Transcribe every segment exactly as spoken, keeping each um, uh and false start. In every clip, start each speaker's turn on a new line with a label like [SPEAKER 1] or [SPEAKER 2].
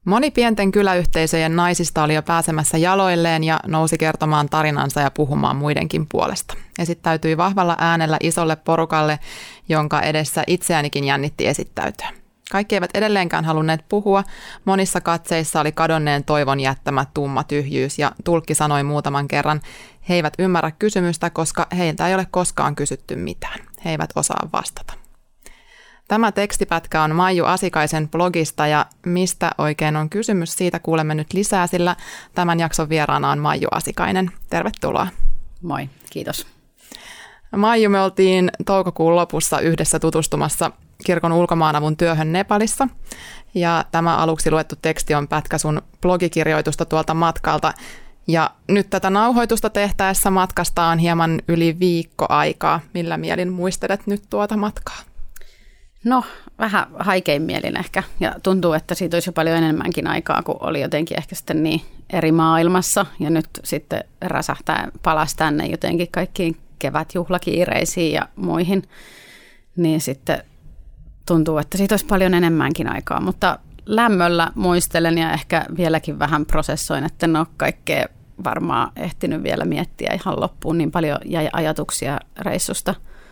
[SPEAKER 1] Moni pienten kyläyhteisöjen naisista oli jo pääsemässä jaloilleen ja nousi kertomaan tarinansa ja puhumaan muidenkin puolesta. Esittäytyi vahvalla äänellä isolle porukalle, jonka edessä itseänikin jännitti esittäytyä. Kaikki eivät edelleenkään halunneet puhua. Monissa katseissa oli kadonneen toivon jättämä tumma tyhjyys ja tulkki sanoi muutaman kerran, he eivät ymmärrä kysymystä, koska heiltä ei ole koskaan kysytty mitään. He eivät osaa vastata. Tämä tekstipätkä on Maiju Asikaisen blogista ja mistä oikein on kysymys, siitä kuulemme nyt lisää, sillä tämän jakson vieraana on Maiju Asikainen. Tervetuloa.
[SPEAKER 2] Moi, kiitos.
[SPEAKER 1] Maiju, me oltiin toukokuun lopussa yhdessä tutustumassa kirkon ulkomaanavun työhön Nepalissa ja tämä aluksi luettu teksti on pätkä sun blogikirjoitusta tuolta matkalta. Ja nyt tätä nauhoitusta tehtäessä matkasta on hieman yli viikko aikaa. Millä mielin muistelet nyt tuota matkaa?
[SPEAKER 2] No, vähän haikein mielin ehkä. Ja tuntuu, että siitä olisi jo paljon enemmänkin aikaa, kun oli jotenkin ehkä sitten niin eri maailmassa. Ja nyt sitten räsähtää palasi tänne jotenkin kaikkiin kevätjuhlakiireisiin ja muihin. Niin sitten tuntuu, että siitä olisi paljon enemmänkin aikaa. Mutta lämmöllä muistelen ja ehkä vieläkin vähän prosessoin, että en ole kaikkea varmaan ehtinyt vielä miettiä ihan loppuun. Niin paljon jäi ajatuksia reissusta.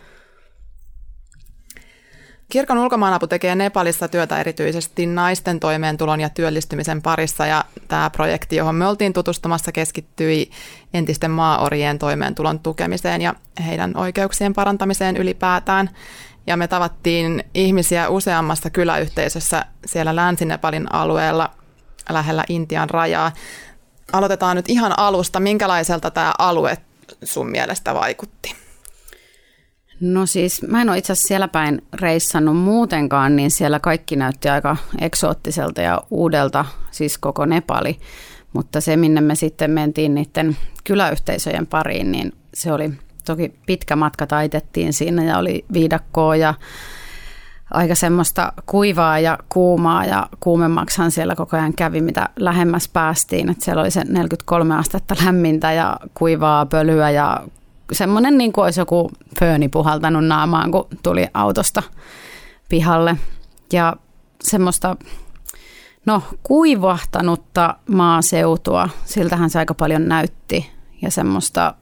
[SPEAKER 1] Kirkon ulkomaanapu tekee Nepalissa työtä erityisesti naisten toimeentulon ja työllistymisen parissa ja tämä projekti, johon me oltiin tutustumassa, keskittyi entisten maaorjien toimeentulon tukemiseen ja heidän oikeuksien parantamiseen ylipäätään. Ja me tavattiin ihmisiä useammassa kyläyhteisössä siellä Länsi-Nepalin alueella lähellä Intian rajaa. Aloitetaan nyt ihan alusta. Minkälaiselta tämä alue sun mielestä vaikutti?
[SPEAKER 2] No siis mä en ole itse asiassa siellä päin reissannut muutenkaan, niin siellä kaikki näytti aika eksoottiselta ja uudelta, siis koko Nepali. Mutta se, minne me sitten mentiin niiden kyläyhteisöjen pariin, niin se oli toki pitkä matka, taitettiin siinä ja oli viidakkoa ja aika semmoista kuivaa ja kuumaa ja kuumemmaksihan siellä koko ajan kävi, mitä lähemmäs päästiin. Että siellä oli se neljäkymmentäkolme astetta lämmintä ja kuivaa pölyä ja semmoinen niin kuin olisi joku fööni puhaltanut naamaan, kun tuli autosta pihalle. Ja semmoista no, kuivahtanutta maaseutua, siltähän se aika paljon näytti. Ja semmoista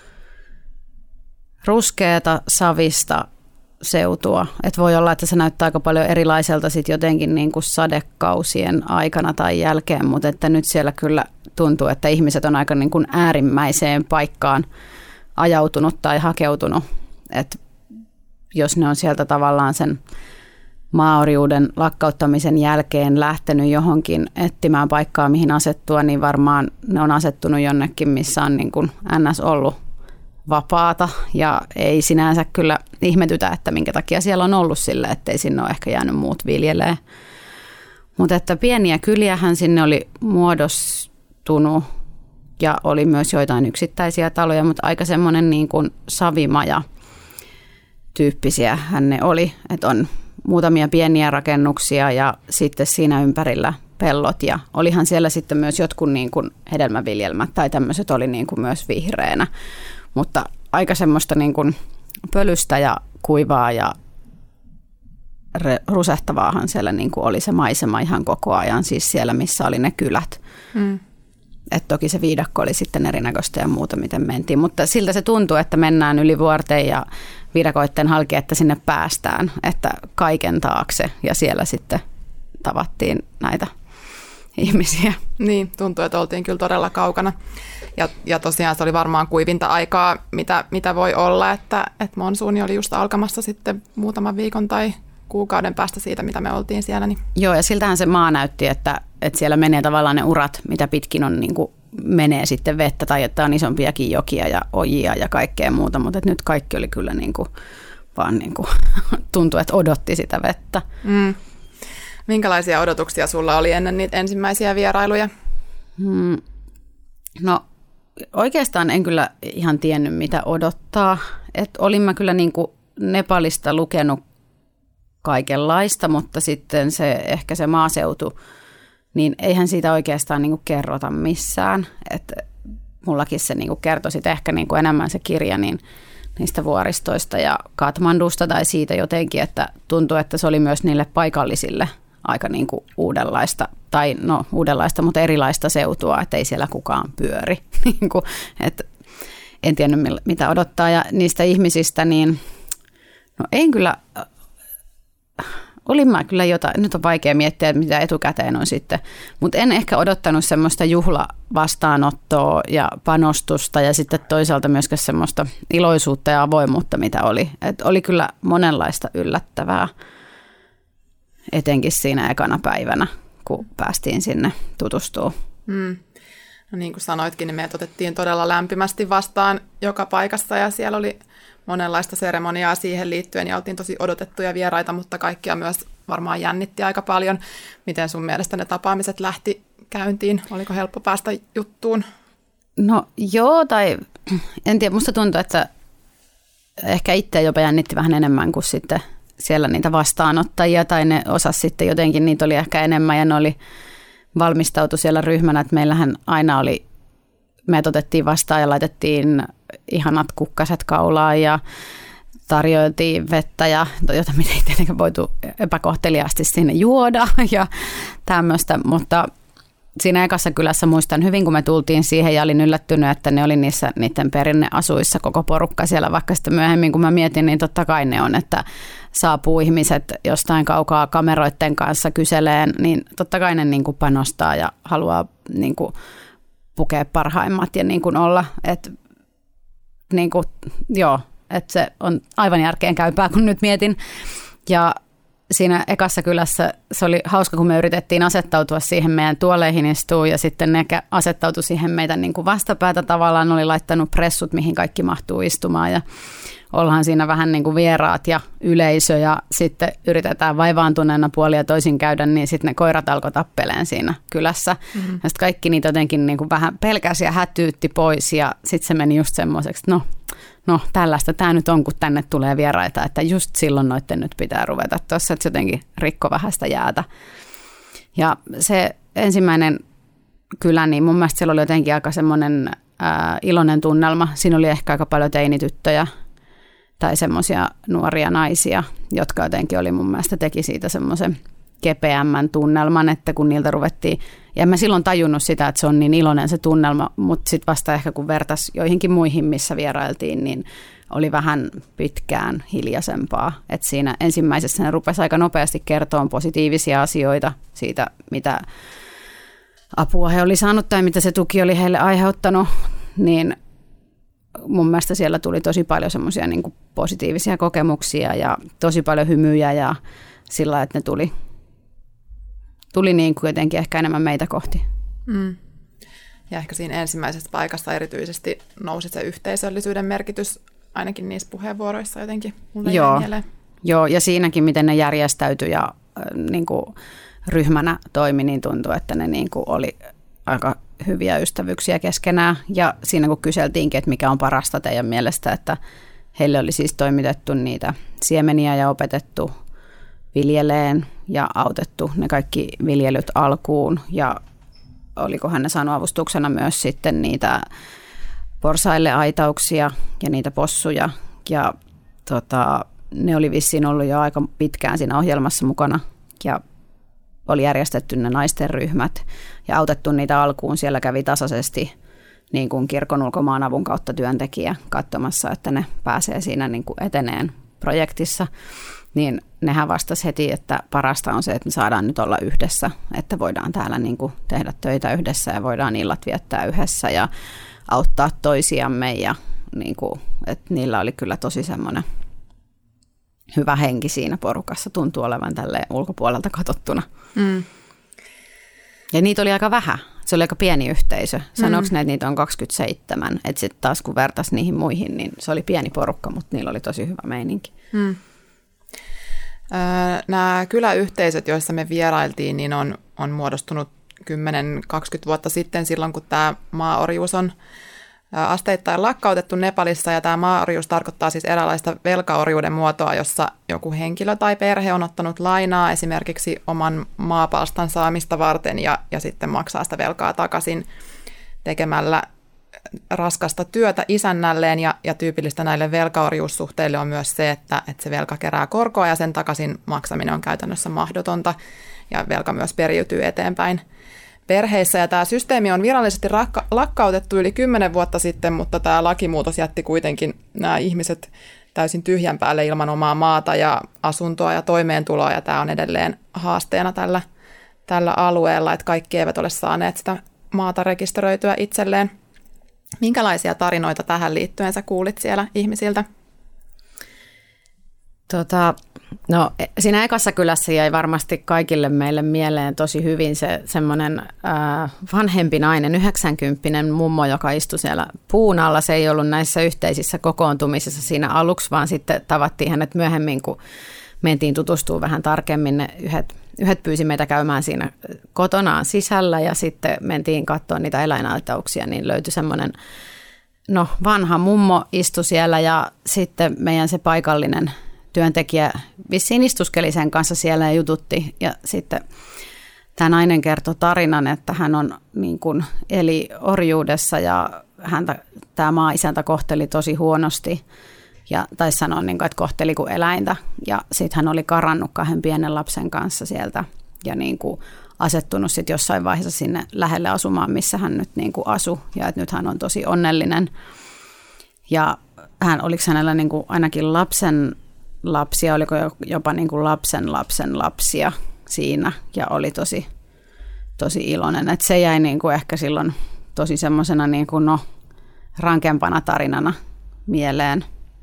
[SPEAKER 2] ruskeata, savista seutua. Että voi olla, että se näyttää aika paljon erilaiselta sitten jotenkin niin kuin sadekausien aikana tai jälkeen, mutta että nyt siellä kyllä tuntuu, että ihmiset on aika niin kuin äärimmäiseen paikkaan ajautunut tai hakeutunut, että jos ne on sieltä tavallaan sen maaorjuuden lakkauttamisen jälkeen lähtenyt johonkin etsimään paikkaa, mihin asettua, niin varmaan ne on asettunut jonnekin, missä on niin kuin N S ollut vapaata ja ei sinänsä kyllä ihmetytä, että minkä takia siellä on ollut sille, ettei sinne ole ehkä jäänyt muut viljelee. Mutta että pieniä kyliähän sinne oli muodostunut ja oli myös joitain yksittäisiä taloja, mutta aika semmoinen niin kuin savimaja tyyppisiä hän ne oli, että on muutamia pieniä rakennuksia ja sitten siinä ympärillä pellot ja olihan siellä sitten myös jotkut niin kuin hedelmäviljelmät tai tämmöiset oli niin kuin myös vihreänä, mutta aika semmoista niin kuin pölystä ja kuivaa ja rusehtavaahan siellä niin kuin oli se maisema ihan koko ajan, siis siellä missä oli ne kylät. Mm. Et toki se viidakko oli sitten erinäköistä ja muuta, miten mentiin, mutta siltä se tuntuu, että mennään yli vuorten ja viidakoitten halki, että sinne päästään, että kaiken taakse ja siellä sitten tavattiin näitä ihmisiä.
[SPEAKER 1] Niin, tuntuu, että oltiin kyllä todella kaukana ja, ja tosiaan se oli varmaan kuivinta aikaa, mitä, mitä voi olla, että, että monsuuni oli just alkamassa sitten muutaman viikon tai kuukauden päästä siitä, mitä me oltiin siellä. Niin.
[SPEAKER 2] Joo, ja siltähän se maa näytti, että, että siellä menee tavallaan ne urat, mitä pitkin on, niin kuin menee sitten vettä, tai että on isompiakin jokia ja ojia ja kaikkea muuta, mutta nyt kaikki oli kyllä niin kuin, vaan niin kuin, tuntui, että odotti sitä vettä.
[SPEAKER 1] Mm. Minkälaisia odotuksia sulla oli ennen niitä ensimmäisiä vierailuja?
[SPEAKER 2] Hmm. No oikeastaan en kyllä ihan tiennyt, mitä odottaa. Et olin mä kyllä niin kuin Nepalista lukenut kaikenlaista, mutta sitten se ehkä se maaseutu, niin eihän siitä oikeastaan niin kuin kerrota missään. Et mullakin se niin kuin kertoi sitten ehkä niin kuin enemmän se kirja niin niistä vuoristoista ja Katmandusta tai siitä jotenkin, että tuntuu, että se oli myös niille paikallisille aika niin kuin uudenlaista, tai no uudenlaista, mutta erilaista seutua, että ei siellä kukaan pyöri. Niin kuin, että en tiennyt mitä odottaa, ja niistä ihmisistä, niin no en kyllä, olin mä kyllä jotain, nyt on vaikea miettiä, mitä etukäteen on sitten, mutta en ehkä odottanut semmoista juhlavastaanottoa ja panostusta ja sitten toisaalta myöskään semmoista iloisuutta ja avoimuutta, mitä oli. Et oli kyllä monenlaista yllättävää, etenkin siinä ekana päivänä, kun päästiin sinne tutustumaan.
[SPEAKER 1] Mm. No niin kuin sanoitkin, niin meidät otettiin todella lämpimästi vastaan joka paikassa ja siellä oli monenlaista seremoniaa siihen liittyen ja oltiin tosi odotettuja vieraita, mutta kaikkia myös varmaan jännitti aika paljon. Miten sun mielestä ne tapaamiset lähti käyntiin? Oliko helppo päästä juttuun?
[SPEAKER 2] No joo, tai en tiedä, musta tuntuu, että ehkä itse jopa jännitti vähän enemmän kuin sitten siellä niitä vastaanottajia, tai ne osas sitten jotenkin, niitä oli ehkä enemmän ja ne oli valmistautu siellä ryhmänä, että meillähän aina oli, meidät otettiin vastaan ja laitettiin ihanat kukkaset kaulaan ja tarjoiltiin vettä, ja, jota me ei tietenkään voitu epäkohteliaasti sinne juoda ja tämmöistä, mutta siinä ekassa kylässä muistan hyvin, kun me tultiin siihen ja olin yllättynyt, että ne oli niissä niiden perinneasuissa koko porukka siellä, vaikka sitten myöhemmin kun mä mietin, niin totta kai ne on, että saapuu ihmiset jostain kaukaa kameroiden kanssa kyseleen, niin totta kai ne niin kuin panostaa ja haluaa niin kuin pukea parhaimmat ja niin kuin olla, että niin kuin, joo, että se on aivan järkeen käypää, kun nyt mietin. Ja siinä ekassa kylässä se oli hauska, kun me yritettiin asettautua siihen meidän tuoleihin istuun ja sitten ne asettautui siihen meidän niin kuin vastapäätä tavallaan, oli laittanut pressut, mihin kaikki mahtuu istumaan ja ollaan siinä vähän niin kuin vieraat ja yleisö ja sitten yritetään vaivaantuneena puolia toisin käydä, niin sitten ne koirat alkoi tappeleen siinä kylässä. Mm-hmm. Ja sitten kaikki niitä jotenkin niin kuin vähän pelkäsi ja hätyytti pois ja sitten se meni just semmoiseksi, että no, no tällaista tämä nyt on, kun tänne tulee vieraita, että just silloin noitten nyt pitää ruveta tuossa, että se jotenkin rikko vähän sitä jäätä. Ja se ensimmäinen kylä, niin mun mielestä siellä oli jotenkin aika semmoinen ää, iloinen tunnelma. Siinä oli ehkä aika paljon teinityttöjä tai semmoisia nuoria naisia, jotka jotenkin oli mun mielestä teki siitä semmoisen kepeämmän tunnelman, että kun niiltä ruvettiin, ja en mä silloin tajunnut sitä, että se on niin iloinen se tunnelma, mutta sitten vasta ehkä kun vertas joihinkin muihin, missä vierailtiin, niin oli vähän pitkään hiljaisempaa. Että siinä ensimmäisessä ne rupesi aika nopeasti kertomaan positiivisia asioita siitä, mitä apua he oli saanut tai mitä se tuki oli heille aiheuttanut, niin mun mielestä siellä tuli tosi paljon semmoisia niin kuin positiivisia kokemuksia ja tosi paljon hymyjä ja sillä, että ne tuli, tuli niin kuin jotenkin ehkä enemmän meitä kohti.
[SPEAKER 1] Mm. Ja ehkä siinä ensimmäisessä paikassa erityisesti nousi se yhteisöllisyyden merkitys ainakin niissä puheenvuoroissa jotenkin mulle
[SPEAKER 2] Joo.
[SPEAKER 1] mieleen.
[SPEAKER 2] Joo, ja siinäkin miten ne järjestäytyi ja äh, niin kuin ryhmänä toimi, niin tuntui, että ne niin kuin oli aika hyviä ystävyyksiä keskenään. Ja siinä kun kyseltiinkin, että mikä on parasta teidän mielestä, että heille oli siis toimitettu niitä siemeniä ja opetettu viljeleen ja autettu ne kaikki viljelyt alkuun. Ja olikohan ne saanut avustuksena myös sitten niitä porsaille aitauksia ja niitä possuja. Ja tota, ne oli vissiin ollut jo aika pitkään siinä ohjelmassa mukana ja oli järjestetty ne naisten ryhmät ja autettu niitä alkuun. Siellä kävi tasaisesti niin kuin kirkon ulkomaanavun kautta työntekijä katsomassa, että ne pääsee siinä niin kuin eteneen projektissa. Niin nehän vastasi heti, että parasta on se, että me saadaan nyt olla yhdessä, että voidaan täällä niin kuin tehdä töitä yhdessä ja voidaan illat viettää yhdessä ja auttaa toisiamme. Ja niin kuin, että niillä oli kyllä tosi semmoinen hyvä henki siinä porukassa, tuntuu olevan tälleen ulkopuolelta katsottuna. Mm. Ja niitä oli aika vähän. Se oli aika pieni yhteisö. Sanoiko mm. ne, että niitä on kaksikymmentäseitsemän? Että sitten taas kun vertaisi niihin muihin, niin se oli pieni porukka, mutta niillä oli tosi hyvä meininki. Mm.
[SPEAKER 1] Öö, nämä kyläyhteisöt, joissa me vierailtiin, niin on, on muodostunut kymmenen kaksikymmentä vuotta sitten silloin, kun tämä maaorjuus on asteittain lakkautettu Nepalissa, ja tämä maaorjuus tarkoittaa siis eräänlaista velkaorjuuden muotoa, jossa joku henkilö tai perhe on ottanut lainaa esimerkiksi oman maapalstan saamista varten ja, ja sitten maksaa sitä velkaa takaisin tekemällä raskasta työtä isännälleen, ja, ja tyypillistä näille velkaorjuussuhteille on myös se, että, että se velka kerää korkoa ja sen takaisin maksaminen on käytännössä mahdotonta. ja velka myös periytyy eteenpäin perheissä. Ja tämä systeemi on virallisesti rakka- lakkautettu yli kymmenen vuotta sitten, mutta tämä lakimuutos jätti kuitenkin nämä ihmiset täysin tyhjän päälle ilman omaa maata ja asuntoa ja toimeentuloa, ja tämä on edelleen haasteena tällä, tällä alueella, että kaikki eivät ole saaneet sitä maata rekisteröityä itselleen. Minkälaisia tarinoita tähän liittyen sä kuulit siellä ihmisiltä?
[SPEAKER 2] Tota, no siinä ekassa kylässä jäi varmasti kaikille meille mieleen tosi hyvin se semmoinen äh, vanhempi nainen, yhdeksänkymppinen mummo, joka istui siellä puun alla. Se ei ollut näissä yhteisissä kokoontumisissa siinä aluksi, vaan sitten tavattiin hänet myöhemmin, kun mentiin tutustumaan vähän tarkemmin. Ne yhdet, yhdet pyysi meitä käymään siinä kotonaan sisällä ja sitten mentiin katsoa niitä eläinaltauksia, niin löytyi semmoinen no, vanha mummo istui siellä ja sitten meidän se paikallinen työntekijä vissiin istuskeli sen kanssa siellä ja jututti. Ja sitten tämä nainen kertoi tarinan, että hän on niin kuin eli orjuudessa ja häntä tämä maa-isäntä kohteli tosi huonosti. Ja taisi sanoa, niin kuin, että kohteli kuin eläintä. Ja sitten hän oli karannut kahden pienen lapsen kanssa sieltä ja niin kuin asettunut sitten jossain vaiheessa sinne lähelle asumaan, missä hän nyt niin kuin asui. Ja että nyt hän on tosi onnellinen. Ja hän, oliko hänellä niin kuin ainakin lapsen lapsia, oliko jopa niin kuin lapsen lapsen lapsia siinä ja oli tosi, tosi iloinen. Että se jäi niin kuin ehkä silloin tosi semmoisena niin kuin no, rankempana tarinana mieleen.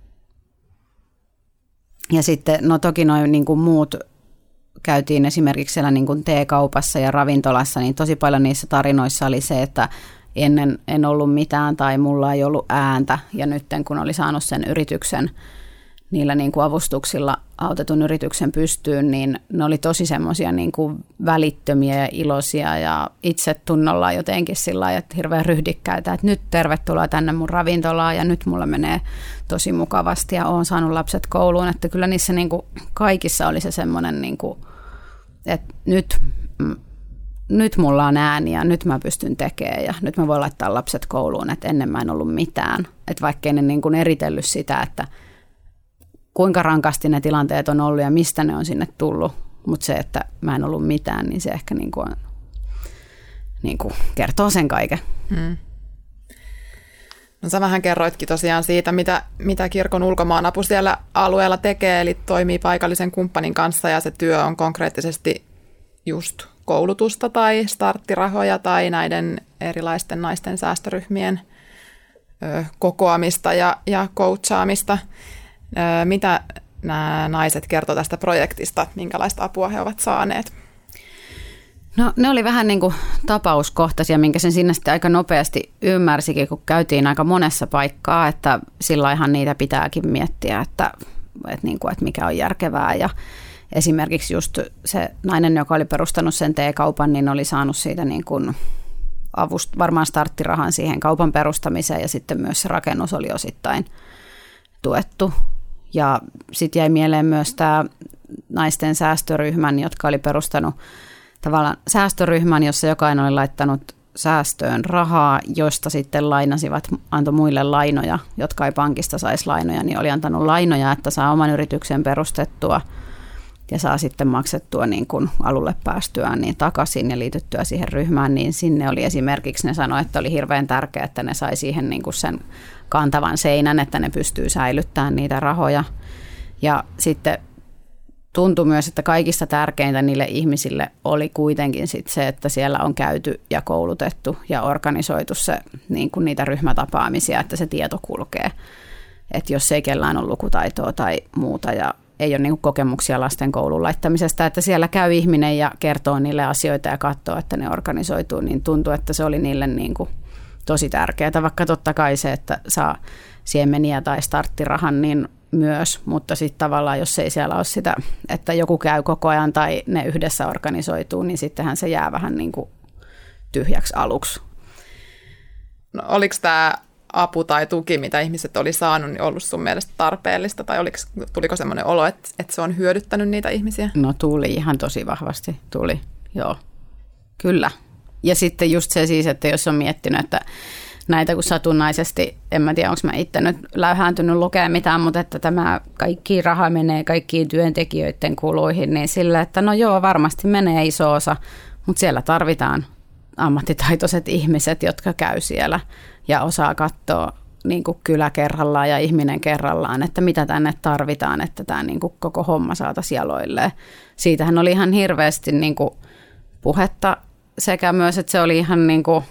[SPEAKER 2] Ja sitten no toki noin niin kuin muut käytiin esimerkiksi siellä niin kuin teekaupassa ja ravintolassa, niin tosi paljon niissä tarinoissa oli se, että ennen en ollut mitään tai mulla ei ollut ääntä ja nyt kun oli saanut sen yrityksen niillä niin kuin avustuksilla autetun yrityksen pystyyn, niin ne oli tosi semmoisia niin kuin välittömiä ja iloisia ja itsetunnolla jotenkin sillä lailla, että hirveän ryhdikkäitä, että nyt tervetuloa tänne mun ravintolaan ja nyt mulla menee tosi mukavasti ja oon saanut lapset kouluun, että kyllä niissä niin kuin kaikissa oli se semmoinen, niin kuin, että nyt, nyt mulla on ääni ja nyt mä pystyn tekemään ja nyt mä voin laittaa lapset kouluun, että ennen mä en ollut mitään, että vaikkei ne niin kuin eritellyt sitä, että kuinka rankasti ne tilanteet on ollut ja mistä ne on sinne tullut. Mutta se, että mä en ollut mitään, niin se ehkä niin kuin on, niin kuin kertoo sen kaiken. Hmm.
[SPEAKER 1] No sä vähän kerroitkin tosiaan siitä, mitä, mitä kirkon ulkomaanapu siellä alueella tekee, eli toimii paikallisen kumppanin kanssa ja se työ on konkreettisesti just koulutusta tai starttirahoja tai näiden erilaisten naisten säästöryhmien ö, kokoamista ja, ja coachaamista. Mitä nämä naiset kertovat tästä projektista, minkälaista apua he ovat saaneet?
[SPEAKER 2] No ne oli vähän niin kuin tapauskohtaisia, minkä sen sinne sitten aika nopeasti ymmärsikin, kun käytiin aika monessa paikkaa, että silloinhan niitä pitääkin miettiä, että, että, niin kuin, että mikä on järkevää. Ja esimerkiksi just se nainen, joka oli perustanut sen teekaupan, niin oli saanut siitä niin kuin avust, varmaan starttirahan siihen kaupan perustamiseen ja sitten myös se rakennus oli osittain tuettu. Ja sitten jäi mieleen myös tämä naisten säästöryhmän, jotka oli perustanut tavallaan säästöryhmän, jossa jokainen oli laittanut säästöön rahaa, josta sitten lainasivat, antoi muille lainoja, jotka ei pankista saisi lainoja, niin oli antanut lainoja, että saa oman yrityksen perustettua ja saa sitten maksettua niin kuin alulle päästyään niin takaisin ja liityttyä siihen ryhmään, niin sinne oli esimerkiksi, ne sanoi, että oli hirveän tärkeää, että ne sai siihen niin kuin sen kantavan seinän, että ne pystyy säilyttämään niitä rahoja. Ja sitten tuntui myös, että kaikista tärkeintä niille ihmisille oli kuitenkin sit se, että siellä on käyty ja koulutettu ja organisoitu se, niin kuin niitä ryhmätapaamisia, että se tieto kulkee. Että jos ei kellään ole lukutaitoa tai muuta ja ei ole niin kuin kokemuksia lasten kouluun laittamisesta, että siellä käy ihminen ja kertoo niille asioita ja katsoo, että ne organisoituu, niin tuntuu, että se oli niille niin kuin tosi tärkeää, vaikka totta kai se, että saa siemeniä tai starttirahan, niin myös, mutta sitten tavallaan, jos ei siellä ole sitä, että joku käy koko ajan tai ne yhdessä organisoituu, niin sittenhän se jää vähän niin kuin tyhjäksi aluksi.
[SPEAKER 1] No, oliko tämä apu tai tuki, mitä ihmiset oli saanut, niin ollut sun mielestä tarpeellista, tai oliko, tuliko semmoinen olo, että, että se on hyödyttänyt niitä ihmisiä?
[SPEAKER 2] No tuli ihan tosi vahvasti, tuli, joo, kyllä. Ja sitten just se siis, että jos on miettinyt, että näitä, kun satunnaisesti, en mä tiedä, onko mä itse nyt läyhääntynyt lukea mitään, mutta että tämä kaikki raha menee kaikkiin työntekijöiden kuluihin, niin sillä, että no joo, varmasti menee iso osa, mutta siellä tarvitaan ammattitaitoiset ihmiset, jotka käy siellä ja osaa katsoa niin kuin kylä kerrallaan ja ihminen kerrallaan, että mitä tänne tarvitaan, että tämä niin kuin koko homma saataisiin jaloilleen. Siitähän oli ihan hirveästi niin kuin puhetta sekä myös, että se oli ihan niin kuin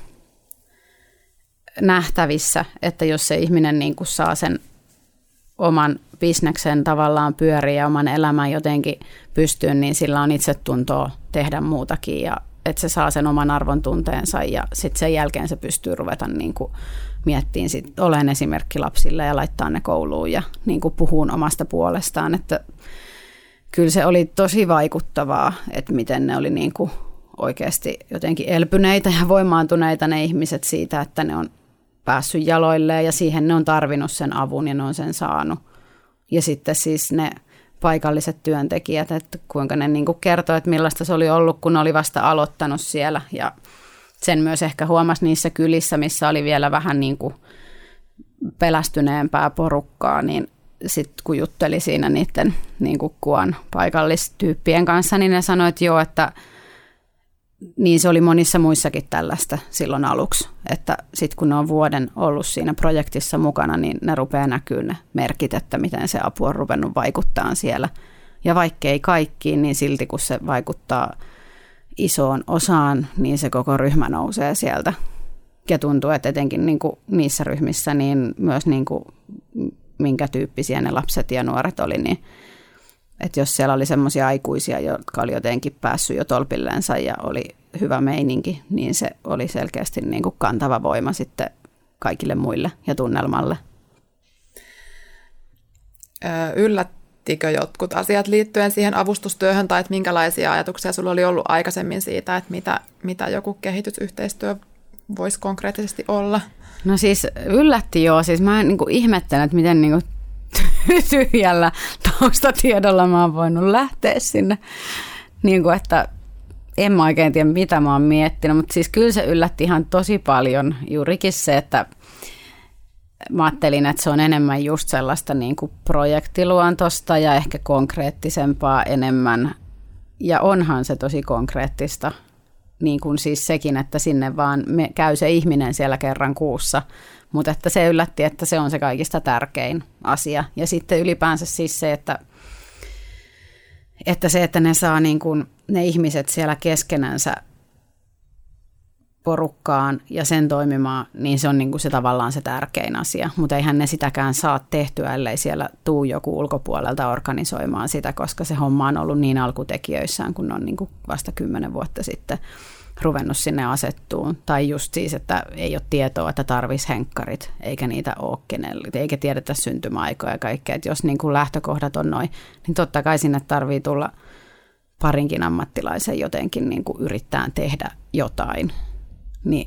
[SPEAKER 2] nähtävissä, että jos se ihminen niin kuin saa sen oman bisneksen tavallaan pyöriä ja oman elämän jotenkin pystyyn, niin sillä on itsetuntoa tehdä muutakin ja että se saa sen oman arvon tunteensa ja sitten sen jälkeen se pystyy ruveta niin kuin miettimään, sit, olen esimerkki lapsille ja laittaa ne kouluun ja niin kuin puhuun omasta puolestaan, että kyllä se oli tosi vaikuttavaa, että miten ne oli niin kuin oikeasti jotenkin elpyneitä ja voimaantuneita ne ihmiset siitä, että ne on päässyt jaloilleen ja siihen ne on tarvinnut sen avun ja ne on sen saanut. Ja sitten siis ne paikalliset työntekijät, että kuinka ne niin kuin kertoo, että millaista se oli ollut, kun ne oli vasta aloittanut siellä. Ja sen myös ehkä huomasi niissä kylissä, missä oli vielä vähän niin kuin pelästyneempää porukkaa, niin sitten kun jutteli siinä niiden niin kuin kuvan paikallistyyppien kanssa, niin ne sanoi, että joo, että niin se oli monissa muissakin tällaista silloin aluksi, että sitten kun ne on vuoden ollut siinä projektissa mukana, niin ne rupeaa näkyy ne merkit, että miten se apu on ruvennut vaikuttaa siellä. Ja vaikkei kaikkiin, niin silti kun se vaikuttaa isoon osaan, niin se koko ryhmä nousee sieltä. Ja tuntuu, että etenkin niin kuin niissä ryhmissä, niin myös niin kuin minkä tyyppisiä ne lapset ja nuoret oli, niin että jos siellä oli semmoisia aikuisia, jotka oli jotenkin päässyt jo tolpilleensa ja oli hyvä meininki, niin se oli selkeästi niin kuin kantava voima sitten kaikille muille ja tunnelmalle.
[SPEAKER 1] Yllättikö jotkut asiat liittyen siihen avustustyöhön tai että minkälaisia ajatuksia sulla oli ollut aikaisemmin siitä, että mitä, mitä joku kehitysyhteistyö voisi konkreettisesti olla?
[SPEAKER 2] No siis yllätti joo. Siis mä niin kuin ihmettelen, että miten niin kuin tyhjällä taustatiedolla mä oon voinut lähteä sinne. Niin kuin, että en mä oikein tiedä, mitä mä oon miettinyt, mutta siis kyllä se yllätti ihan tosi paljon. Juurikin se, että mä ajattelin, että se on enemmän just sellaista niin kuin projektiluontosta ja ehkä konkreettisempaa enemmän. Ja onhan se tosi konkreettista. Niin kuin siis sekin, että sinne vaan me, käy se ihminen siellä kerran kuussa, mutta että se yllätti, että se on se kaikista tärkein asia. Ja sitten ylipäänsä siis se, että, että se, että ne saa niin kuin ne ihmiset siellä keskenänsä porukkaan ja sen toimimaan, niin se on niin kuin se tavallaan se tärkein asia. Mutta eihän ne sitäkään saa tehtyä, ellei siellä tuu joku ulkopuolelta organisoimaan sitä, koska se homma on ollut niin alkutekijöissään, kun on niin kuin vasta kymmenen vuotta sitten ruvennut sinne asettuun. Tai just siis, että ei ole tietoa, että tarvitsisi henkkarit, eikä niitä ole kenelle, eikä tiedetä syntymäaikoja ja kaikkea. Että jos niin kuin lähtökohdat on noin, niin totta kai sinne tarvii tulla parinkin ammattilaisen jotenkin niin kuin yrittää tehdä jotain. Niin,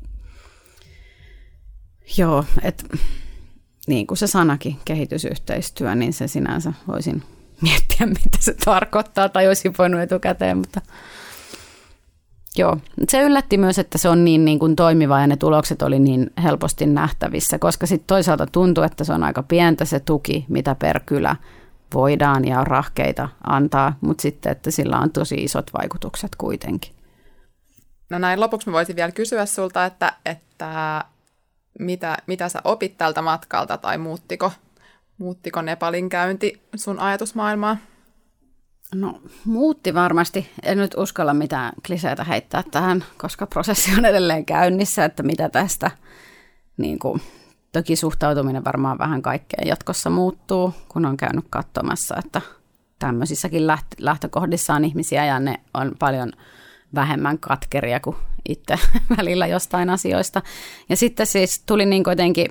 [SPEAKER 2] joo, että niin kuin se sanakin, kehitysyhteistyö, niin se sinänsä voisin miettiä, mitä se tarkoittaa, tai olisin voinut etukäteen, mutta joo. Se yllätti myös, että se on niin, niin kuin toimiva ja ne tulokset oli niin helposti nähtävissä, koska sitten toisaalta tuntuu, että se on aika pientä se tuki, mitä per kylä voidaan ja on rahkeita antaa, mutta sitten, että sillä on tosi isot vaikutukset kuitenkin.
[SPEAKER 1] No näin lopuksi mä voisin vielä kysyä sulta, että, että mitä, mitä sä opit tältä matkalta tai muuttiko, muuttiko Nepalin käynti sun ajatusmaailmaa?
[SPEAKER 2] No muutti varmasti. En nyt uskalla mitään kliseitä heittää tähän, koska prosessi on edelleen käynnissä, että mitä tästä, niin kuin, toki suhtautuminen varmaan vähän kaikkeen jatkossa muuttuu, kun on käynyt katsomassa, että tämmöisissäkin lähtökohdissa on ihmisiä ja ne on paljon vähemmän katkeria kuin itse välillä jostain asioista. Ja sitten siis tuli niin kuitenkin,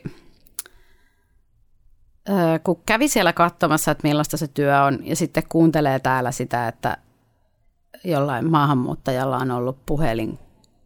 [SPEAKER 2] kun kävi siellä katsomassa, että millaista se työ on, ja sitten kuuntelee täällä sitä, että jollain maahanmuuttajalla on ollut puhelin,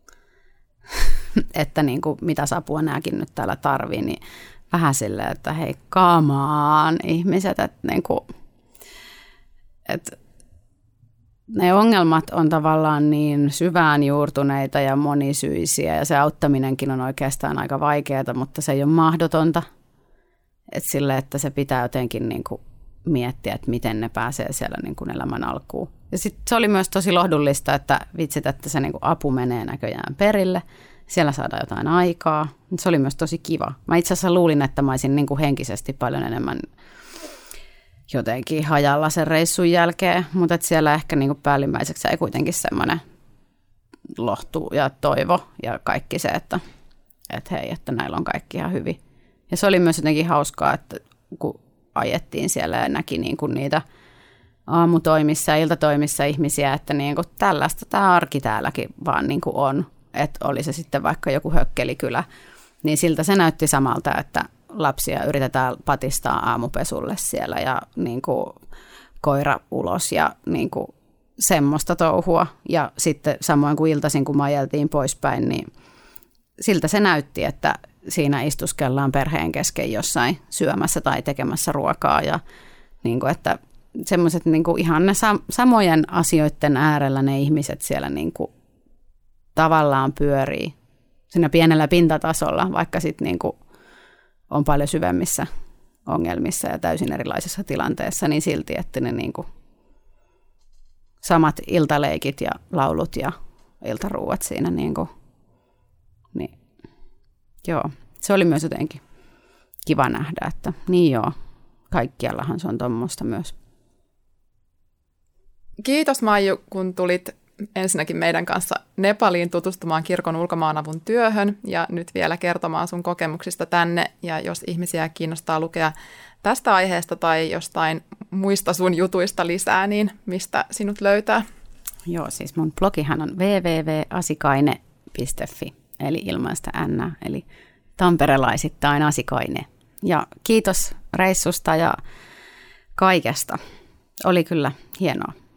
[SPEAKER 2] että niin kuin, mitä apua nämäkin nyt täällä tarvii, niin vähän silleen, että hei, come on, ihmiset, että niin kuin, että ne ongelmat on tavallaan niin syvään juurtuneita ja monisyisiä ja se auttaminenkin on oikeastaan aika vaikeaa, mutta se ei ole mahdotonta. Et sille, että se pitää jotenkin niin kuin miettiä, että miten ne pääsee siellä niin kuin elämän alkuun. Ja sitten se oli myös tosi lohdullista, että vitsit, että se niin kuin apu menee näköjään perille. Siellä saadaan jotain aikaa. Se oli myös tosi kiva. Mä itse asiassa luulin, että mä olisin niin kuin henkisesti paljon enemmän jotenkin hajalla sen reissun jälkeen, mutta et siellä ehkä niin kuin päällimmäiseksi ei kuitenkin semmoinen lohtu ja toivo ja kaikki se, että, että hei, että näillä on kaikki ihan hyvin. Ja se oli myös jotenkin hauskaa, että kun ajettiin siellä ja näki niin kuin niitä aamutoimissa ja iltatoimissa ihmisiä, että niin kuin tällaista tämä arki täälläkin vaan niin kuin on. Että oli se sitten vaikka joku hökkelikylä, niin siltä se näytti samalta, että lapsia yritetään patistaa aamupesulle siellä ja niin kuin koira ulos ja niin kuin semmoista touhua. Ja sitten samoin kuin iltaisin, kun majeltiin poispäin, niin siltä se näytti, että siinä istuskellaan perheen kesken jossain syömässä tai tekemässä ruokaa. Ja niin kuin, että semmoiset niin kuin ihan ne sam- samojen asioiden äärellä ne ihmiset siellä niin kuin tavallaan pyörii siinä pienellä pintatasolla, vaikka sitten niin kuin on paljon syvemmissä ongelmissa ja täysin erilaisessa tilanteessa, niin silti, että ne niin kuin samat iltaleikit ja laulut ja iltaruuat siinä niin kuin, niin joo, se oli myös jotenkin kiva nähdä, että niin joo, kaikkiallahan se on tommoista myös.
[SPEAKER 1] Kiitos Maiju, kun tulit ensinnäkin meidän kanssa Nepaliin tutustumaan kirkon ulkomaanavun työhön ja nyt vielä kertomaan sun kokemuksista tänne. Ja jos ihmisiä kiinnostaa lukea tästä aiheesta tai jostain muista sun jutuista lisää, niin mistä sinut löytää?
[SPEAKER 2] Joo, siis mun blogihan on double-u double-u double piste asikaine piste fi, eli ilmaista N, eli tamperelaisittain Asikaine. Ja kiitos reissusta ja kaikesta. Oli kyllä hienoa.